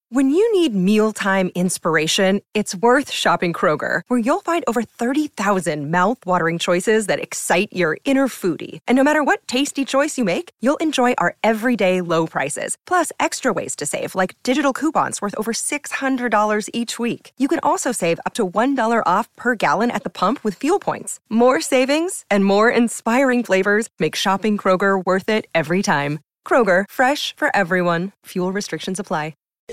When you need mealtime inspiration, it's worth shopping Kroger, where you'll find over 30,000 mouth-watering choices that excite your inner foodie. And no matter what tasty choice you make, you'll enjoy our everyday low prices, plus extra ways to save, like digital coupons worth over $600 each week. You can also save up to $1 off per gallon at the pump with fuel points. More savings and more inspiring flavors make shopping Kroger worth it every time. Kroger, fresh for everyone. Fuel restrictions apply.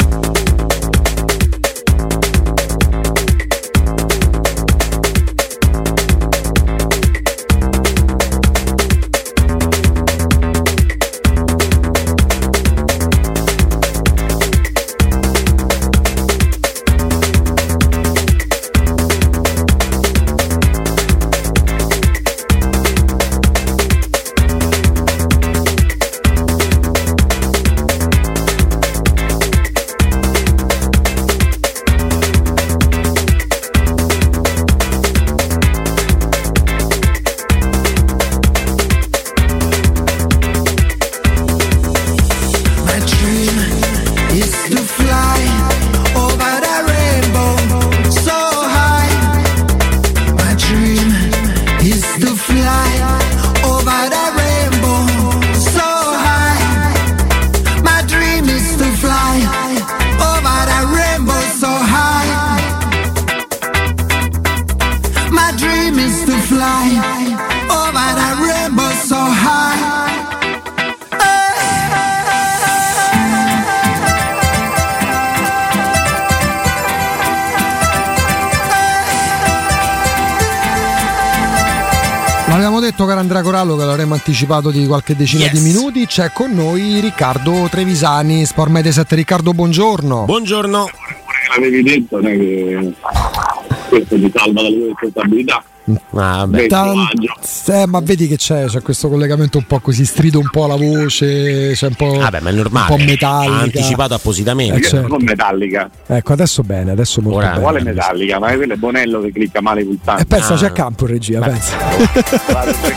Caro Andrea Corallo, che l'avremmo anticipato di qualche decina di minuti, c'è con noi Riccardo Trevisani, Sport Mediaset. Riccardo, buongiorno. Buongiorno. L'avevi detto, non è che questo ti salva dalle tue responsabilità. Ma vedi che c'è questo collegamento un po' così, strido un po' la voce, c'è un po', ma è normale, un po' metallica. Ha anticipato appositamente. Certo. Non metallica. Ecco, adesso bene, adesso molto bene. Quale metallica? Ma quello è Bonello che clicca male i pulsanti. Pensa c'è campo in regia, pensa. Se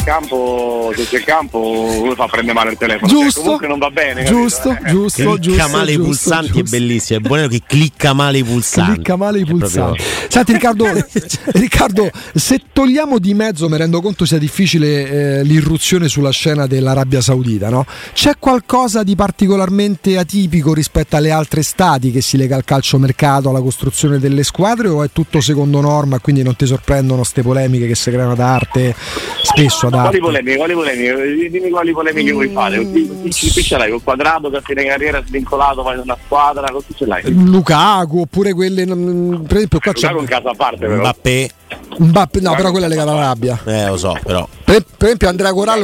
c'è campo come fa a prendere male il telefono? Giusto. Comunque non va bene. Giusto. Clicca male i pulsanti è bellissimo. È Bonello che clicca male i pulsanti. Proprio... Senti Riccardo, se togliamo di mezzo, mi rendo conto sia difficile l'irruzione sulla scena dell'Arabia Saudita, no? C'è qualcosa di particolarmente atipico rispetto alle altre estati che si lega al calciomercato, alla costruzione delle squadre, o è tutto secondo norma, quindi non ti sorprendono ste polemiche che si creano ad arte, spesso ad arte? Quali polemiche? Dimmi quali polemiche vuoi fare? Qui ce l'hai col Quadrato che a fine carriera svincolato, vai in una squadra, così ce l'hai. Lukaku, oppure quelle, per esempio qua c'è un caso a parte, però. Mbappé, no, però quella è legata all'Arabia. Lo so, però. Per esempio Andrea Corallo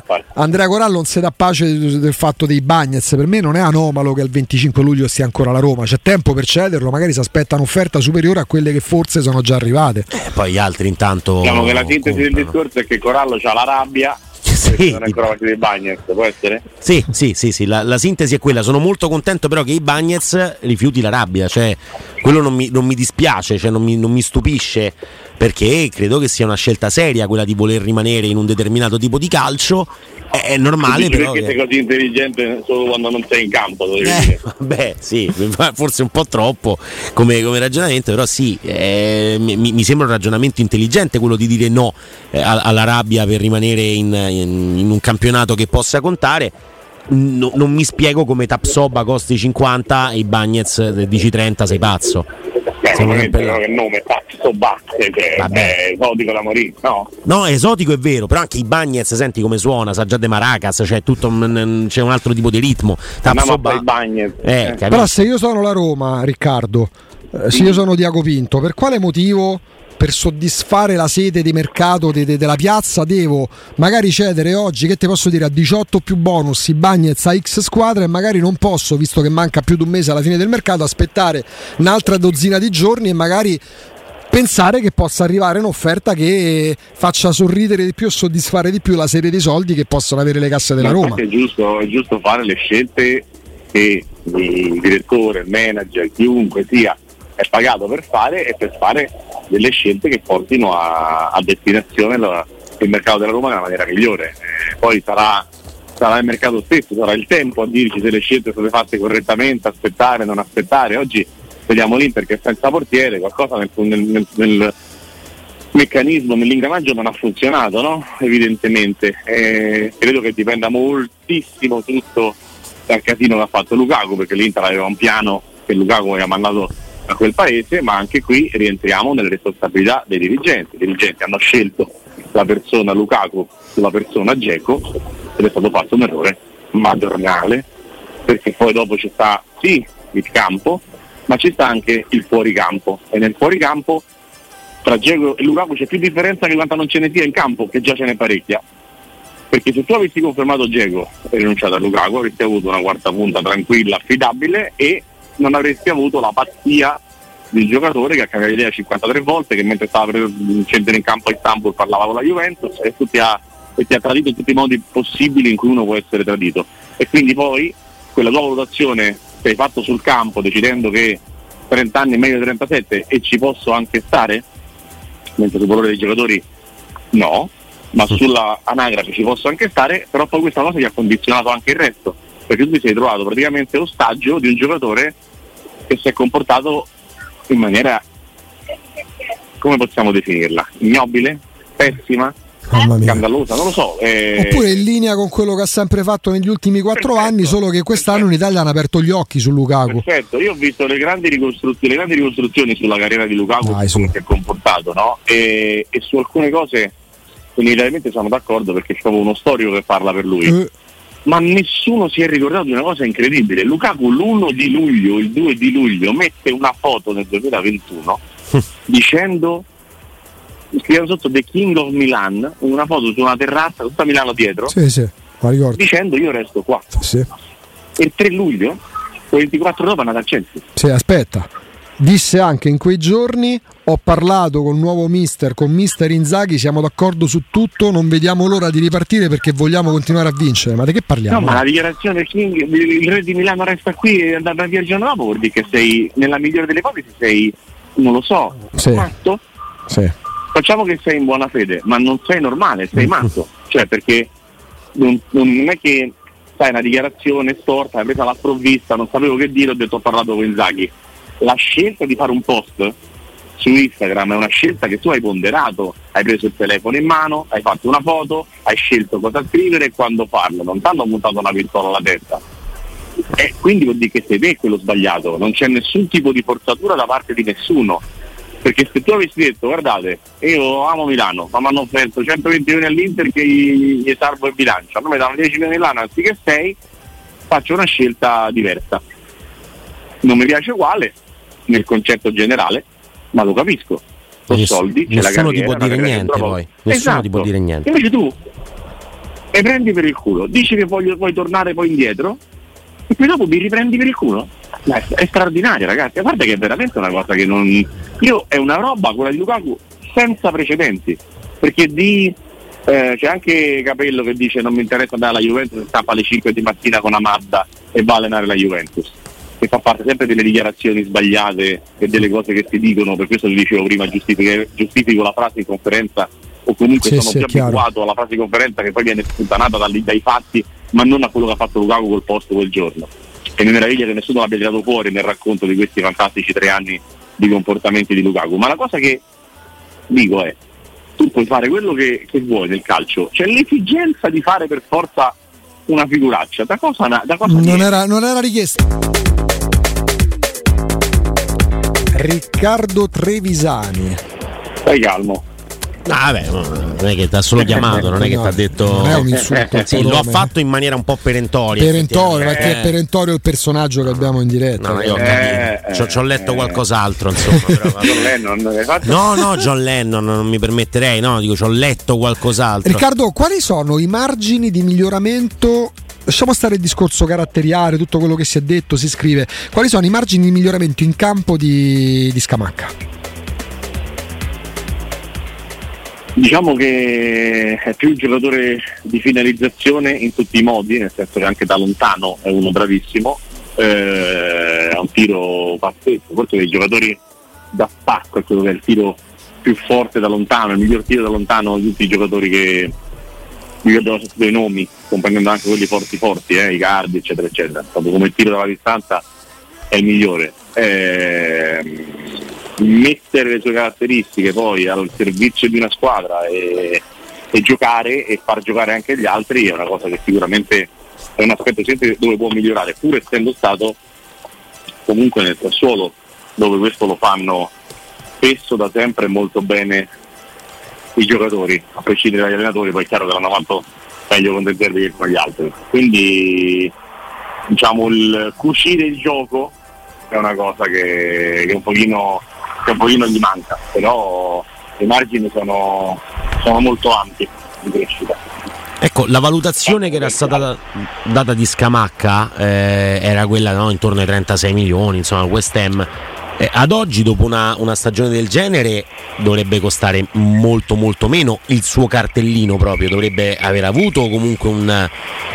non si dà pace del fatto dei Bagnez. Per me non è anomalo che il 25 luglio stia ancora alla Roma, c'è tempo per cederlo, magari si aspetta un'offerta superiore a quelle che forse sono già arrivate. Poi gli altri intanto. Diciamo che la sintesi del discorso è che Corallo c'ha la rabbia. Sì, non è ancora dei Bagnez, può essere? Sì, la sintesi è quella. Sono molto contento però che i Bagnez rifiuti la rabbia, cioè quello non mi dispiace, cioè non mi stupisce, perché credo che sia una scelta seria quella di voler rimanere in un determinato tipo di calcio. È normale, però. Perché sei così intelligente solo quando non sei in campo, vabbè, sì, forse un po' troppo come ragionamento, però sì, mi sembra un ragionamento intelligente quello di dire no alla rabbia per rimanere in un campionato che possa contare. Non mi spiego come Tapsoba costi 50 e i Bagnez dici 30, sei pazzo. Però che nome Tapsoba, è esotico da morire, no? No, esotico è vero, però anche i Bagnez, senti come suona, sa già de Maracas, c'è tutto c'è un altro tipo di ritmo. Tapsoba, Bagnez. Però se io sono la Roma, Riccardo, se io sono Diaco Pinto, per quale motivo? Per soddisfare la sete di mercato della piazza devo magari cedere oggi, che ti posso dire, a 18 più bonus i Bagnez a X squadra, e magari non posso, visto che manca più di un mese alla fine del mercato, aspettare un'altra dozzina di giorni e magari pensare che possa arrivare un'offerta che faccia sorridere di più e soddisfare di più la serie di soldi che possono avere le casse della Roma. È giusto fare le scelte che il direttore, il manager, chiunque sia è pagato per fare, e per fare delle scelte che portino a destinazione il mercato della Roma nella maniera migliore. Poi sarà sarà il mercato stesso, sarà il tempo a dirci se le scelte sono state fatte correttamente, aspettare, non aspettare. Oggi vediamo l'Inter che è senza portiere, qualcosa nel meccanismo, nell'ingranaggio non ha funzionato, no? Evidentemente. Credo che dipenda moltissimo tutto dal casino che ha fatto Lukaku, perché l'Inter aveva un piano che Lukaku aveva mandato a quel paese, ma anche qui rientriamo nelle responsabilità dei dirigenti. I dirigenti hanno scelto la persona Lukaku sulla persona Dzeko ed è stato fatto un errore madornale, perché poi dopo ci sta sì il campo, ma ci sta anche il fuoricampo, e nel fuoricampo tra Dzeko e Lukaku c'è più differenza che quanta non ce ne sia in campo, che già ce n'è parecchia. Perché se tu avessi confermato Dzeko e rinunciato a Lukaku avresti avuto una quarta punta tranquilla, affidabile, e non avresti avuto la pazzia del giocatore che ha cambiato idea 53 volte, che mentre stava per scendere in campo a Istanbul parlava con la Juventus e ti ha tradito in tutti i modi possibili in cui uno può essere tradito. E quindi poi quella tua valutazione che hai fatto sul campo decidendo che 30 anni è meglio di 37 e ci posso anche stare, mentre sul valore dei giocatori no, ma sulla anagrafe ci posso anche stare, però poi questa cosa ti ha condizionato anche il resto, perché tu ti sei trovato praticamente ostaggio di un giocatore che si è comportato in maniera, come possiamo definirla, ignobile, pessima, scandalosa, non lo so. Oppure in linea con quello che ha sempre fatto negli ultimi 4 anni, solo che quest'anno in Italia hanno aperto gli occhi su Lukaku. Perfetto, io ho visto le grandi ricostruzioni sulla carriera di Lukaku, come si è comportato, no? E su alcune cose inevitabilmente sono d'accordo, perché c'è uno storico che parla per lui. Ma nessuno si è ricordato di una cosa incredibile. Lukaku l'1 di luglio, il 2 di luglio mette una foto nel 2021 dicendo, scrivendo sotto The King of Milan, una foto su una terrazza, tutta Milano dietro, la ricordo, dicendo io resto qua. Sì. E il 3 luglio, o 24 dopo, è andato al Chelsea. Sì, aspetta. Disse anche in quei giorni: ho parlato con il nuovo mister, con mister Inzaghi, siamo d'accordo su tutto, non vediamo l'ora di ripartire perché vogliamo continuare a vincere. Ma di che parliamo? No, ma la dichiarazione King, il re di Milano resta qui e andava via il giorno dopo, vuol dire che sei, nella migliore delle ipotesi, sei, non lo so, matto? Sì. Facciamo che sei in buona fede, ma non sei normale, sei matto. Cioè, perché non è che sai, una dichiarazione storta, l'hai presa alla sprovvista, non sapevo che dire, ho detto ho parlato con Inzaghi. La scelta di fare un post su Instagram è una scelta che tu hai ponderato, hai preso il telefono in mano, hai fatto una foto, hai scelto cosa scrivere e quando farlo, non ti hanno puntato una pistola alla testa. E quindi vuol dire che sei te quello sbagliato, non c'è nessun tipo di forzatura da parte di nessuno, perché se tu avessi detto guardate, io amo Milano, ma mi hanno offerto 120 milioni all'Inter che gli salvo il bilancio, a me mi danno 10 milioni all'anno anziché 6, faccio una scelta diversa, non mi piace uguale nel concetto generale, ma lo capisco. Con soldi c'è la carriera, nessuno ti può dire niente, poi nessuno ti può dire niente. Invece tu e prendi per il culo, dici che vuoi tornare poi indietro e poi dopo mi riprendi per il culo. È straordinario, ragazzi, a parte che è veramente una cosa che non, è una roba quella di Lukaku senza precedenti, perché c'è anche Capello che dice non mi interessa andare alla Juventus, stappa alle 5 di mattina con Amadda e va a allenare la Juventus, che fa parte sempre delle dichiarazioni sbagliate e delle cose che si dicono. Per questo vi dicevo prima, giustifico la frase in conferenza, o comunque sono più abituato alla frase in conferenza che poi viene sputtanata dai fatti, ma non a quello che ha fatto Lukaku col posto quel giorno. E mi meraviglia che nessuno l'abbia tirato fuori nel racconto di questi fantastici 3 anni di comportamenti di Lukaku. Ma la cosa che dico è, tu puoi fare quello che vuoi nel calcio, c'è l'esigenza di fare per forza una figuraccia, da cosa non era richiesta. Riccardo Trevisani. Stai calmo. Vabbè, non è che ti ha solo chiamato, non è che ti ha detto. Non è un insulto. Sì, lo ha fatto in maniera un po' perentoria. Perché è perentorio il personaggio che abbiamo in diretta. No, io ho letto qualcos'altro, insomma. John Lennon hai fatto? No, John Lennon, non mi permetterei, no, dico, ci ho letto qualcos'altro. Riccardo, quali sono i margini di miglioramento? Lasciamo stare il discorso caratteriale, tutto quello che si è detto, si scrive. Quali sono i margini di miglioramento in campo di Scamacca? Diciamo che è più un giocatore di finalizzazione in tutti i modi, nel senso che anche da lontano è uno bravissimo, ha un tiro pazzesco, forse dei giocatori da spacco, è quello che è il tiro più forte da lontano, il miglior tiro da lontano di tutti i giocatori che io abbiamo sentito i nomi, comprendendo anche quelli forti, i Cardi, eccetera, eccetera. Proprio come tiro dalla distanza è il migliore. Mettere le sue caratteristiche poi al servizio di una squadra e giocare e far giocare anche gli altri è una cosa che sicuramente è un aspetto sempre dove può migliorare, pur essendo stato comunque nel Sassuolo, dove questo lo fanno spesso, da sempre, molto bene i giocatori, a prescindere dagli allenatori. Poi è chiaro che l'hanno fatto meglio con De Zerbi che con gli altri, quindi diciamo il cucire il gioco è una cosa che un pochino gli manca, però i margini sono molto ampi di crescita. Ecco, la valutazione che era stata data di Scamacca era quella, no, intorno ai 36 milioni, insomma, West Ham. Ad oggi, dopo una stagione del genere, dovrebbe costare molto molto meno. Il suo cartellino proprio dovrebbe aver avuto comunque una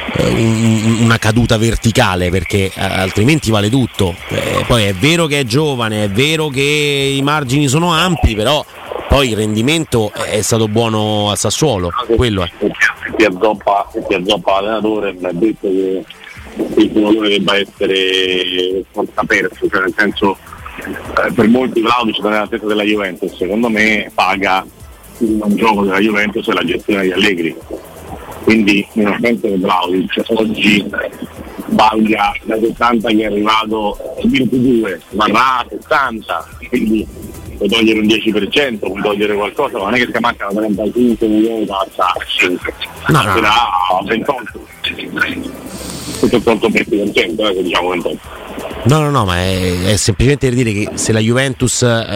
caduta verticale, perché altrimenti vale tutto. Poi è vero che è giovane, è vero che i margini sono ampi, però poi il rendimento è stato buono a Sassuolo, quello è. Si azzoppa l'allenatore, mi ha detto che il giocatore debba essere perso, cioè nel senso, per molti Vlahovic non è la testa della Juventus, secondo me paga il non gioco della Juventus e la gestione di Allegri, quindi non penso che Vlahovic oggi valga da 70 che è arrivato a 22, varrà a 70, quindi puoi togliere un 10%, puoi togliere qualcosa, ma non è che Scamacca da 35 milioni passa a 5, sarà a 28, tutto il conto 20%, diciamo 28. No, ma è semplicemente per dire che se la Juventus,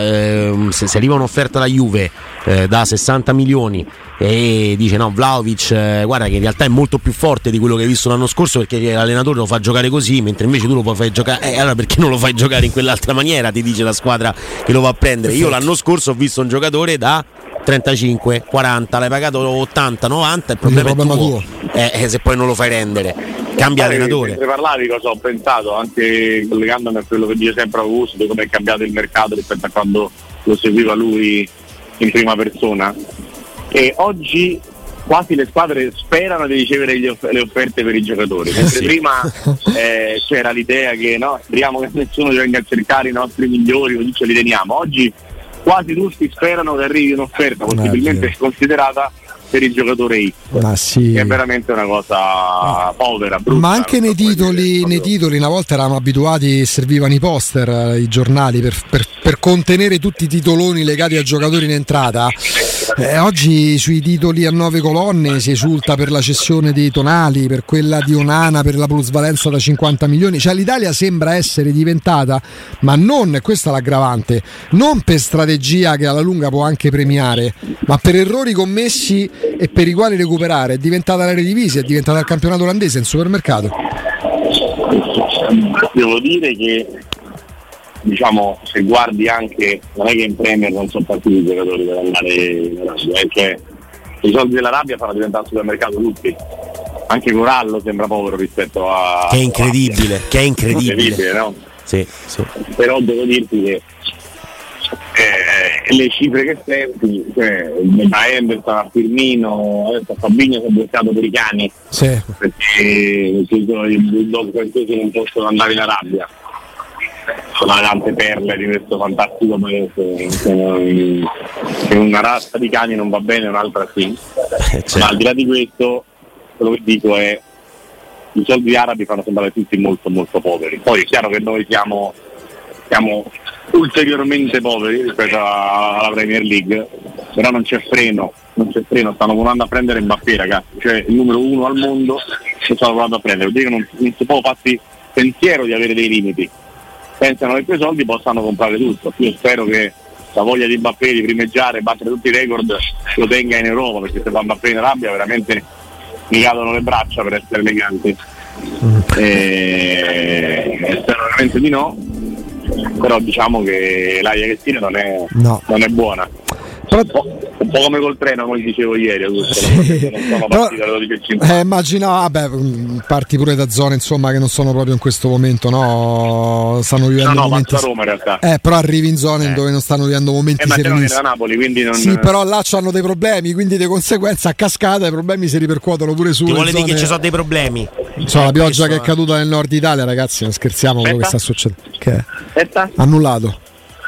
se arriva un'offerta da Juve da 60 milioni e dice no, Vlahovic, guarda che in realtà è molto più forte di quello che hai visto l'anno scorso, perché l'allenatore lo fa giocare così, mentre invece tu lo puoi far giocare, allora perché non lo fai giocare in quell'altra maniera, ti dice la squadra che lo va a prendere. Io l'anno scorso ho visto un giocatore da 35, 40, l'hai pagato 80, 90, il problema è tuo. Se poi non lo fai rendere, cambia allenatore. Mentre parlavi, cosa ho pensato, anche collegandomi a quello che dice sempre Augusto, di come è cambiato il mercato rispetto a quando lo seguiva lui in prima persona, e oggi quasi le squadre sperano di ricevere le offerte per i giocatori, mentre prima c'era l'idea che no, speriamo che nessuno venga a cercare i nostri migliori, così ce li teniamo. Oggi quasi tutti sperano che arrivi un'offerta possibilmente considerata per il giocatore X, che è veramente una cosa povera, brutta. Ma anche nei titoli, una volta eravamo abituati, servivano i poster, i giornali per contenere tutti i titoloni legati a giocatori in entrata. Oggi sui titoli a 9 colonne si esulta per la cessione dei Tonali, per quella di Onana, per la plusvalenza da 50 milioni. Cioè l'Italia sembra essere diventata, ma non, questa è l'aggravante, non per strategia che alla lunga può anche premiare, ma per errori commessi e per i quali recuperare. È diventata l'Eredivisie, è diventata il campionato olandese, il supermercato. Devo dire che, diciamo, se guardi anche, non è che in Premier non sono partiti i giocatori per andare in Arabia, cioè i soldi dell'Arabia fanno diventare il supermercato tutti. Anche Corallo sembra povero rispetto a... Che è incredibile, no? Sì. Però devo dirti che le cifre che senti, cioè da Henderson a Firmino, adesso a Fabinho si è bloccato per i cani, perché i Bulldog francesi non possono andare in Arabia. Sono tante perle di questo fantastico paese, che una razza di cani non va bene, un'altra sì. Ma al di là di questo, quello che dico è i soldi arabi fanno sembrare tutti molto molto poveri. Poi è chiaro che noi siamo ulteriormente poveri rispetto alla Premier League, però non c'è freno, stanno provando a prendere Mbappé, ragazzi, cioè il numero 1 al mondo, che stanno provando a prendere, vuol dire che non si può farsi pensiero di avere dei limiti. Pensano che quei soldi possano comprare tutto. Io spero che la voglia di Mbappé di primeggiare e battere tutti i record lo tenga in Europa, perché se va Mbappé in Arabia veramente mi cadono le braccia, per essere eleganti. Spero veramente di no, però diciamo che l'aria che tira non è buona. Un po' come col treno, come dicevo ieri, non sono partito alle 12:50. Immagino, vabbè, parti pure da zone insomma che non sono proprio in questo momento, no? Stanno vivendo momenti. Da Roma in realtà. Però arrivi in zone dove non stanno vivendo momenti serenissimi. Da Napoli, quindi non... Sì, però là c'hanno dei problemi, quindi di conseguenza a cascata i problemi si ripercuotono pure su. Ti vuole zone... dire che ci sono dei problemi? La pioggia che è caduta nel nord Italia, ragazzi, non scherziamo quello che sta succedendo. Che è? Annullato.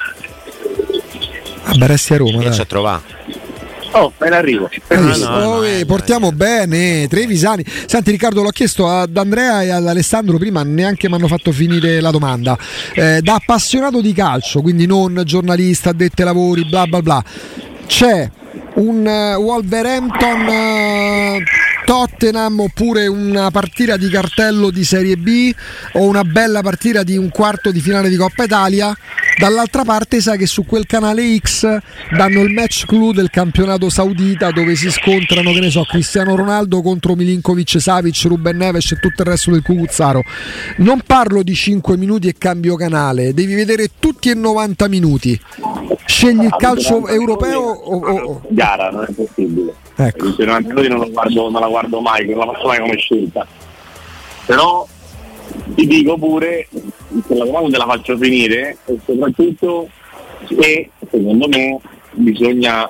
Vabbè, resti a Roma. Che ci ha trovato? Me ne arrivo. Portiamo bene Trevisani. Senti Riccardo, l'ho chiesto ad Andrea e ad Alessandro prima, neanche mi hanno fatto finire la domanda. Da appassionato di calcio, quindi non giornalista, addetti ai lavori, bla bla bla, c'è un Wolverhampton Tottenham oppure una partita di cartello di Serie B o una bella partita di un quarto di finale di Coppa Italia? Dall'altra parte sai che su quel canale X danno il match clou del campionato saudita dove si scontrano, che ne so, Cristiano Ronaldo contro Milinkovic, Savic, Ruben Neves e tutto il resto del cucuzzaro. Non parlo di 5 minuti e cambio canale, devi vedere tutti e 90 minuti. Scegli il calcio europeo o... Gara, non è possibile. Ecco. Se 90 minuti non la guardo mai, non la faccio mai come scelta. Però ti dico pure che la domanda te la faccio finire, e soprattutto che secondo me bisogna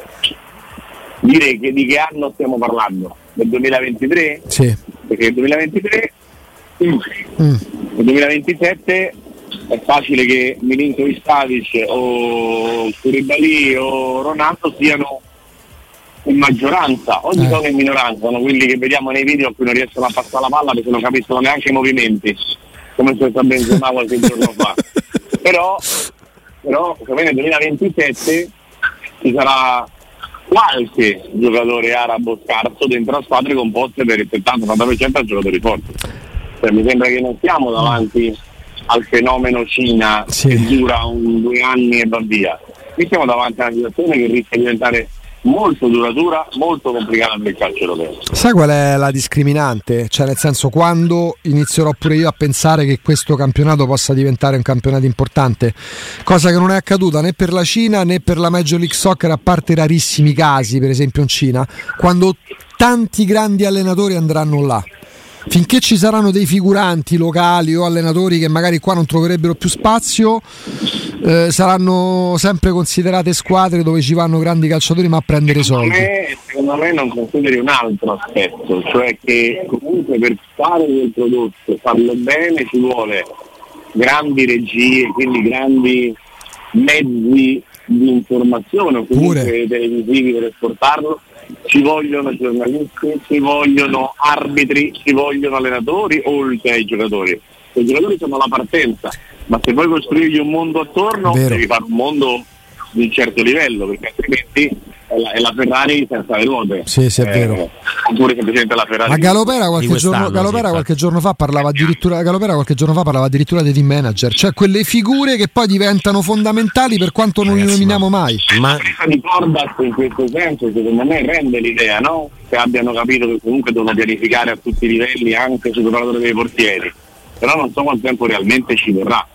dire di che anno stiamo parlando, del 2023? Sì. Perché nel 2023 nel 2027 è facile che Milinkovic, Savic o Koulibaly o Ronaldo siano in maggioranza, oggi sono in minoranza, sono quelli che vediamo nei video a cui non riescono a passare la palla perché non capiscono neanche i movimenti, come se sta Benzema qualche giorno fa. Però secondo me nel 2027 ci sarà qualche giocatore arabo scarso dentro a squadre composte per il 70-90% da giocatori forti. Mi sembra che non siamo davanti al fenomeno Cina che dura 2 anni e va via. Qui siamo davanti a una situazione che rischia di diventare molto duratura, molto complicata per il calcio europeo. Sai qual è la discriminante? Cioè, nel senso, quando inizierò pure io a pensare che questo campionato possa diventare un campionato importante, cosa che non è accaduta né per la Cina né per la Major League Soccer, a parte rarissimi casi, per esempio in Cina, quando tanti grandi allenatori andranno là. Finché ci saranno dei figuranti locali o allenatori che magari qua non troverebbero più spazio, saranno sempre considerate squadre dove ci vanno grandi calciatori ma a prendere soldi. Secondo me non consideri un altro aspetto, cioè che comunque per fare quel prodotto, farlo bene, ci vuole grandi regie, quindi grandi mezzi di informazione o comunque televisivi per esportarlo. Ci vogliono giornalisti, ci vogliono arbitri, ci vogliono allenatori oltre ai giocatori. I giocatori sono la partenza, ma se vuoi costruirgli un mondo attorno devi fare un mondo di un certo livello, perché altrimenti è la Ferrari senza le ruote. Sì, è vero. Oppure semplicemente la Ferrari. Ma Galopera qualche giorno fa parlava addirittura dei team manager, cioè quelle figure che poi diventano fondamentali per quanto non li nominiamo mai. Ma di Cordas in questo senso secondo me rende l'idea, no? Che abbiano capito che comunque devono pianificare a tutti i livelli, anche sul preparatore dei portieri. Però non so quanto tempo realmente ci vorrà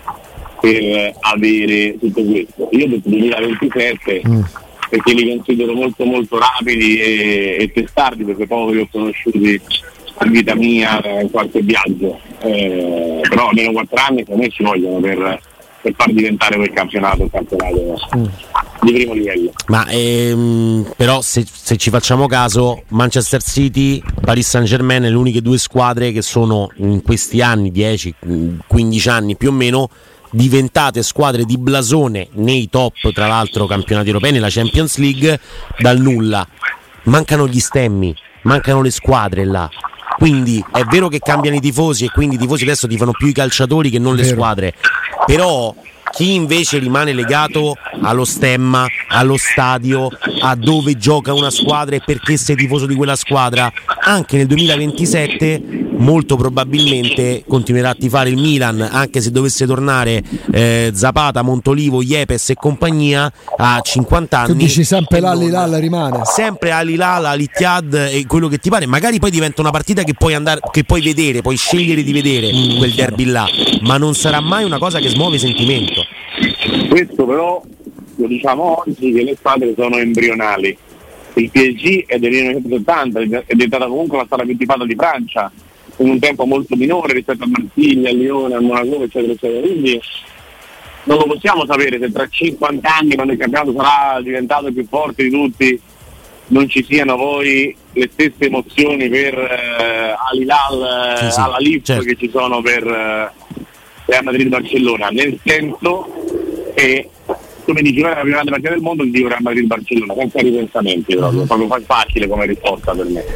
per avere tutto questo. Io ho detto 2027 perché li considero molto molto rapidi e testardi, perché poco li ho conosciuti in vita mia in qualche viaggio, però almeno 4 anni per me ci vogliono per far diventare quel campionato un campionato di primo livello. Ma però se ci facciamo caso, Manchester City, Paris Saint-Germain, le uniche 2 squadre che sono in questi anni, 10-15 anni più o meno, diventate squadre di blasone nei top, tra l'altro, campionati europei, nella Champions League, dal nulla. Mancano gli stemmi, mancano le squadre là. Quindi è vero che cambiano i tifosi e quindi i tifosi adesso tifano più i calciatori che non le squadre, però chi invece rimane legato allo stemma, allo stadio, a dove gioca una squadra e perché sei tifoso di quella squadra, anche nel 2027 molto probabilmente continuerà a tifare il Milan, anche se dovesse tornare Zapata, Montolivo, Yepes e compagnia a 50 anni. Tu dici sempre l'Al-Hilal rimane? Sempre Al-Hilal, Al-Ittihad e quello che ti pare, magari poi diventa una partita che puoi andare, che puoi vedere, puoi scegliere di vedere quel derby là, ma non sarà mai una cosa che smuove sentimento. Questo però lo diciamo oggi, che le squadre sono embrionali. Il PSG è del 1970, è diventata comunque la squadra più tifata di Francia, in un tempo molto minore rispetto a Marsiglia, a Lione, a Monaco, eccetera, eccetera. Quindi non lo possiamo sapere se tra 50 anni, quando il campionato sarà diventato il più forte di tutti, non ci siano poi le stesse emozioni per Al Hilal, sì, alla Lip, certo, che ci sono per Real Madrid-Barcellona, nel senso che, come dici, la prima grande partita del mondo di Real Madrid-Barcellona, senza ripensamenti, proprio facile come risposta per me.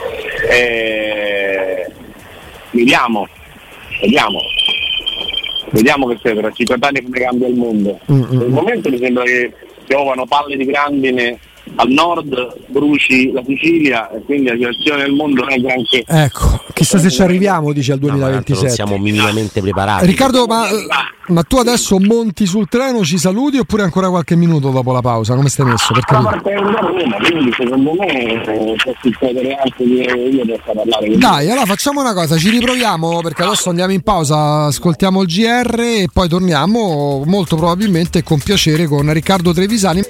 Vediamo che sia tra 50 anni come cambia il mondo. Per il momento mi sembra che piovano palle di grandine al nord, bruci la Sicilia e quindi la situazione del mondo non è granché. Ecco, chissà se ci arriviamo, dice al 2027. Non siamo minimamente preparati. Riccardo, ma tu adesso monti sul treno, ci saluti oppure ancora qualche minuto dopo la pausa? Come stai messo? Per capire? Quindi secondo me può succedere anche che io possa parlare. Dai, allora facciamo una cosa, ci riproviamo perché adesso andiamo in pausa, ascoltiamo il GR e poi torniamo molto probabilmente con piacere con Riccardo Trevisani.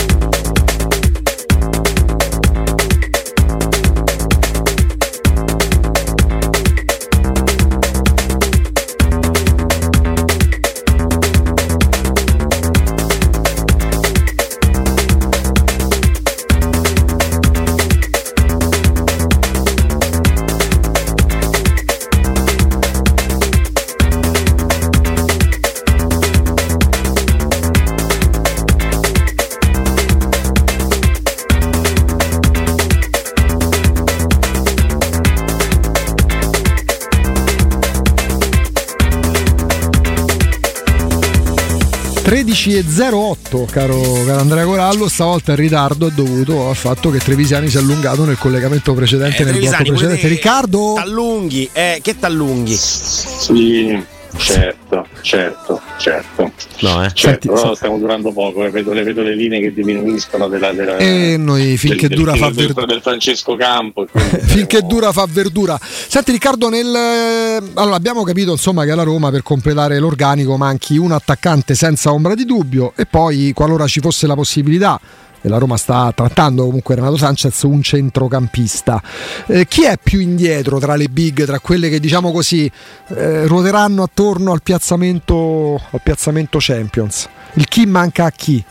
E 08, caro Andrea Corallo, stavolta il ritardo è dovuto al fatto che Trevisani si è allungato nel collegamento precedente, nel blocco precedente. Riccardo, t'allunghi, che t'allunghi? Sì, certo. No, certo, però stiamo durando poco, vedo le linee che diminuiscono e noi finché dura fa verdura del Francesco Campo. Finché dura fa verdura. Senti Riccardo, allora abbiamo capito insomma che alla Roma per completare l'organico manchi un attaccante senza ombra di dubbio e poi qualora ci fosse la possibilità, e la Roma sta trattando comunque Renato Sanchez, un centrocampista. Chi è più indietro tra le big, tra quelle che diciamo così ruoteranno attorno al piazzamento Champions? Il chi manca a chi?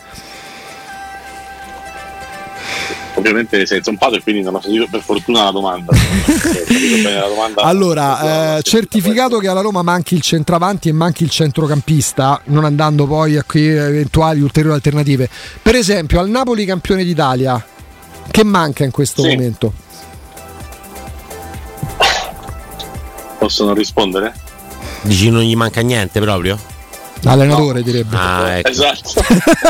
Ovviamente sei zompato e quindi non ho sentito per fortuna la domanda. Allora, certificato che alla Roma manchi il centravanti e manchi il centrocampista, non andando poi a eventuali ulteriori alternative. Per esempio, al Napoli campione d'Italia, che manca in questo momento? Possono rispondere? Dici non gli manca niente proprio? Allenatore direbbe. Ecco. Esatto.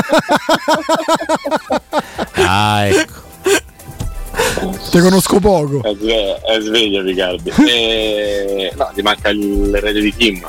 Ecco. Te conosco poco. È sveglio Riccardi. No, ti manca l'erede di Kim.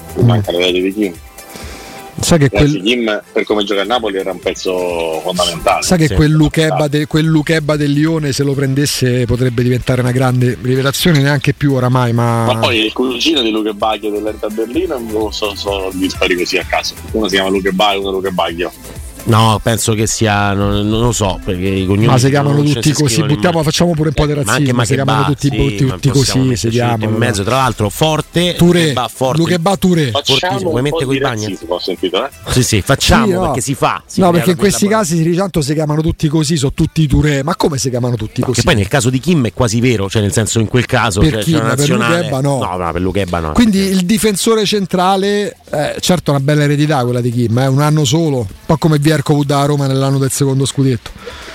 Sai che Kim, per come gioca a Napoli, era un pezzo fondamentale. Sai che quel Luchebba del Lione, se lo prendesse, potrebbe diventare una grande rivelazione, neanche più oramai. Ma poi il cugino di Luchebacchio dell'Hertha Berlino, non so gli spari così a caso. Uno si chiama Luchebacchio, uno Luchebacchio. No, penso che sia, non lo so, perché i cognomi. Ma si chiamano tutti così, facciamo pure un po' di razzismo, si chiamano tutti così, si chiamano. In mezzo, tra l'altro, forte Luchebba Touré. Fortissimo, mette coi bagni. Ho sentito, Sì, facciamo, perché si fa. No, perché in questi casi di tanto si chiamano tutti così, sono tutti Touré. Ma come si chiamano tutti così? Che poi nel caso di Kim è quasi vero, cioè nel senso in quel caso per Kim, per Luchebba no. No, per Luchebba no. Quindi il difensore centrale, certo una bella eredità quella di Kim, un anno solo, un po' come Vierkovud da Roma nell'anno del secondo scudetto.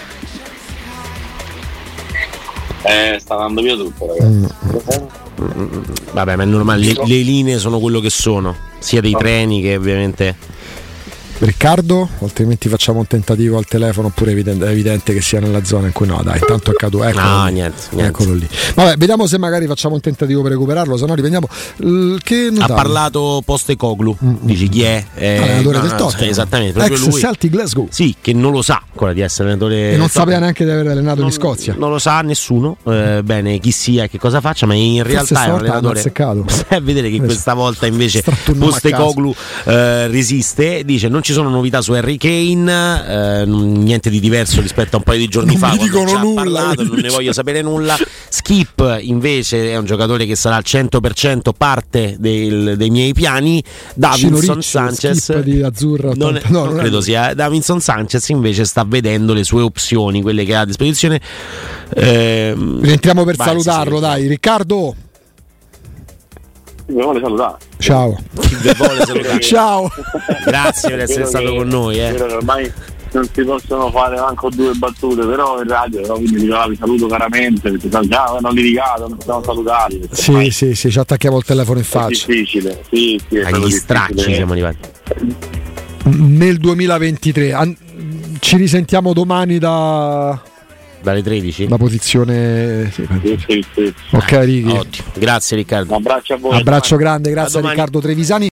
Sta andando via tutto, ragazzi. Vabbè, ma è normale, le linee sono quello che sono, sia dei treni che ovviamente. Riccardo, altrimenti facciamo un tentativo al telefono, oppure è evidente che sia nella zona in cui no, dai, intanto accaduto, niente. Eccolo lì. Vabbè, vediamo se magari facciamo un tentativo per recuperarlo, se no riprendiamo. Ha parlato Postecoglou, dici chi è? Allenatore del Tottenham. Esattamente, proprio lui. Celtic Glasgow. Sì, che non lo sa ancora di essere allenatore. E non sapeva neanche di aver allenato in Scozia. Non lo sa nessuno, bene, chi sia e che cosa faccia, ma in realtà è un allenatore. Stai a vedere che questa volta invece Postecoglou resiste, dice non ci ci sono novità su Harry Kane, niente di diverso rispetto a un paio di giorni non fa, mi quando dicono ci ha nulla, parlato, non ne voglio sapere nulla. Skip invece è un giocatore che sarà al 100% parte dei miei piani. Davinson Sanchez di Azzurra, non credo sia. Davinson Sanchez invece sta vedendo le sue opzioni, quelle che ha a disposizione. Rientriamo per salutarlo, sì. dai, Riccardo. Mi vuole salutare. Ciao. Chi vi vuole salutare? Ciao. Grazie per essere stato con noi. Ormai non si possono fare manco 2 battute, però in radio, quindi vi saluto caramente, perché non litigato, non siamo salutati. Sì, ci attacchiamo il telefono in faccia. È difficile, sì, agli stracci siamo arrivati. Nel 2023 ci risentiamo domani dalle 13? La posizione sì. Ok, Ricky. Ottimo. Grazie Riccardo. Un abbraccio a voi. Abbraccio grande, grazie a Riccardo Trevisani.